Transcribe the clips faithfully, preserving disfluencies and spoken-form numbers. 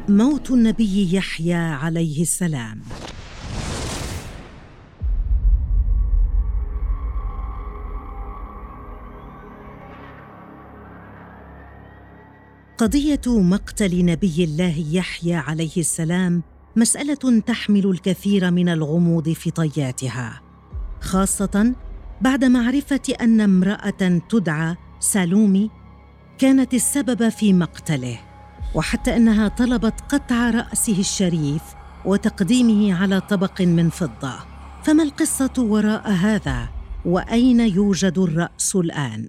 موت النبي يحيى عليه السلام. قضية مقتل نبي الله يحيى عليه السلام مسألة تحمل الكثير من الغموض في طياتها، خاصة بعد معرفة أن امرأة تدعى سالومي كانت السبب في مقتله، وحتى أنها طلبت قطع رأسه الشريف وتقديمه على طبق من فضة. فما القصة وراء هذا؟ وأين يوجد الرأس الآن؟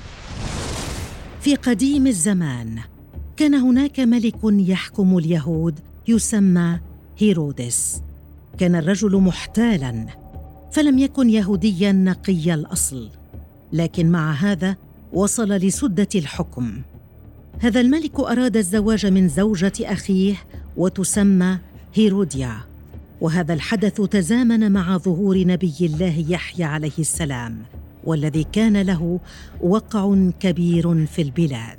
في قديم الزمان كان هناك ملك يحكم اليهود يسمى هيرودس. كان الرجل محتالاً، فلم يكن يهودياً نقي الأصل، لكن مع هذا وصل لسدة الحكم. هذا الملك أراد الزواج من زوجة أخيه وتسمى هيروديا، وهذا الحدث تزامن مع ظهور نبي الله يحيى عليه السلام، والذي كان له وقع كبير في البلاد.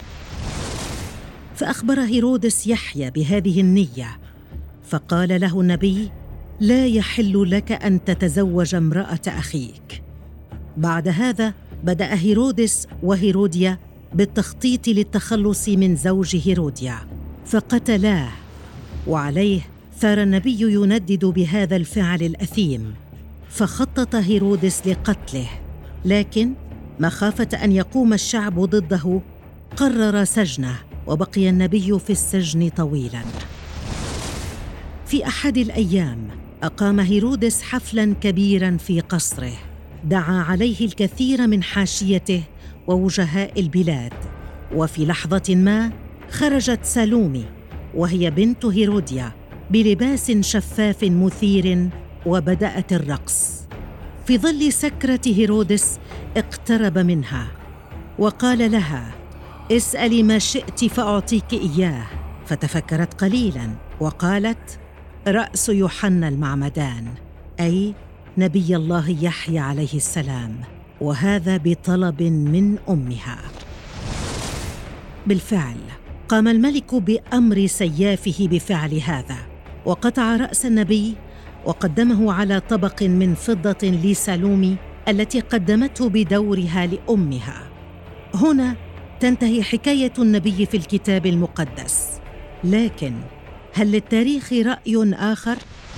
فأخبر هيرودس يحيى بهذه النية، فقال له النبي: لا يحل لك أن تتزوج امرأة أخيك. بعد هذا بدأ هيرودس وهيروديا بالتخطيط للتخلص من زوج هيروديا، فقتلاه، وعليه ثار النبي يندد بهذا الفعل الأثيم، فخطط هيرودس لقتله، لكن مخافة أن يقوم الشعب ضده قرر سجنه، وبقي النبي في السجن طويلاً. في أحد الأيام أقام هيرودس حفلاً كبيراً في قصره، دعا عليه الكثير من حاشيته ووجهاء البلاد، وفي لحظة ما خرجت سالومي وهي بنت هيروديا بلباس شفاف مثير وبدأت الرقص. في ظل سكرة هيرودس اقترب منها وقال لها: اسألي ما شئت فأعطيك إياه. فتفكرت قليلاً وقالت: رأس يوحنا المعمدان، أي نبي الله يحيى عليه السلام، وهذا بطلب من أمها. بالفعل قام الملك بأمر سيافه بفعل هذا، وقطع رأس النبي وقدمه على طبق من فضة لسالومي التي قدمته بدورها لأمها. هنا تنتهي حكاية النبي في الكتاب المقدس، لكن هل للتاريخ رأي آخر؟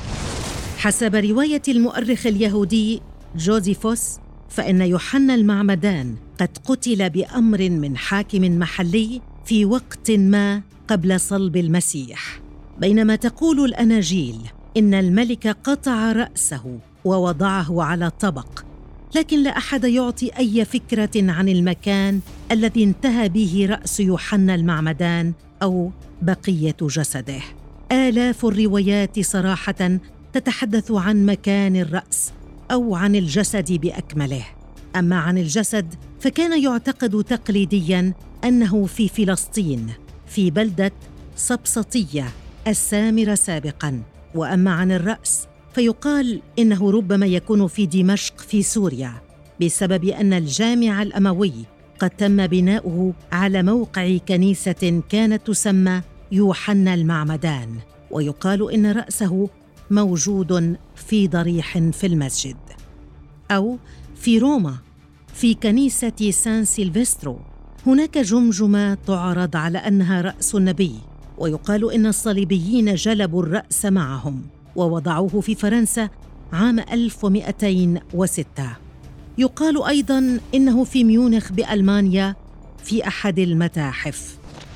حسب رواية المؤرخ اليهودي جوزيفوس، فإن يوحنا المعمدان قد قتل بأمر من حاكم محلي في وقت ما قبل صلب المسيح، بينما تقول الأناجيل إن الملك قطع رأسه ووضعه على طبق، لكن لا أحد يعطي أي فكرة عن المكان الذي انتهى به رأس يوحنا المعمدان أو بقية جسده. آلاف الروايات صراحة تتحدث عن مكان الرأس أو عن الجسد بأكمله. أما عن الجسد فكان يعتقد تقليدياً أنه في فلسطين في بلدة سبسطية السامرة سابقاً، وأما عن الرأس فيقال إنه ربما يكون في دمشق في سوريا، بسبب أن الجامع الأموي قد تم بناؤه على موقع كنيسة كانت تسمى يوحنا المعمدان، ويقال إن رأسه موجود في ضريح في المسجد. أو في روما في كنيسة سان سيلفسترو هناك جمجمة تعرض على أنها رأس النبي، ويقال إن الصليبيين جلبوا الرأس معهم ووضعوه في فرنسا عام ألف ومئتين وستة. يقال أيضاً إنه في ميونخ بألمانيا في أحد المتاحف.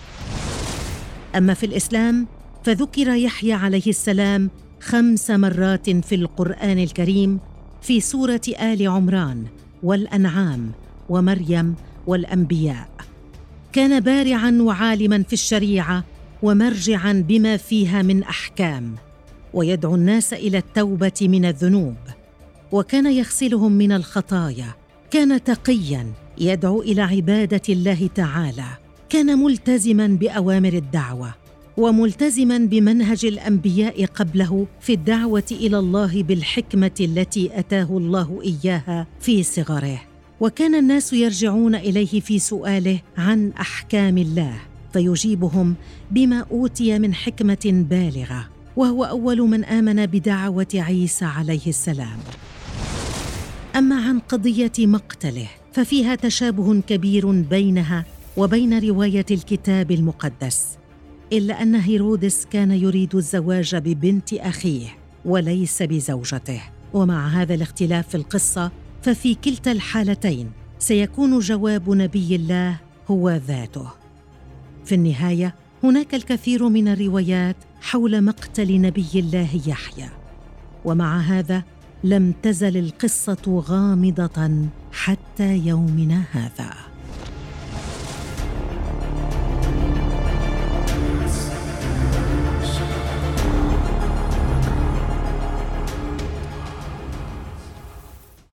أما في الإسلام فذكر يحيى عليه السلام خمس مرات في القرآن الكريم في سورة آل عمران والأنعام ومريم والأنبياء. كان بارعاً وعالماً في الشريعة ومرجعاً بما فيها من أحكام، ويدعو الناس إلى التوبة من الذنوب، وكان يغسلهم من الخطايا. كان تقياً يدعو إلى عبادة الله تعالى. كان ملتزماً بأوامر الدعوة وملتزماً بمنهج الأنبياء قبله في الدعوة إلى الله بالحكمة التي أتاه الله إياها في صغره، وكان الناس يرجعون إليه في سؤاله عن أحكام الله، فيجيبهم بما أوتي من حكمة بالغة، وهو أول من آمن بدعوة عيسى عليه السلام. أما عن قضية مقتله ففيها تشابه كبير بينها وبين رواية الكتاب المقدس، إلا أن هيرودس كان يريد الزواج ببنت أخيه وليس بزوجته. ومع هذا الاختلاف في القصة ففي كلتا الحالتين سيكون جواب نبي الله هو ذاته. في النهاية هناك الكثير من الروايات حول مقتل نبي الله يحيى، ومع هذا لم تزل القصة غامضة حتى يومنا هذا.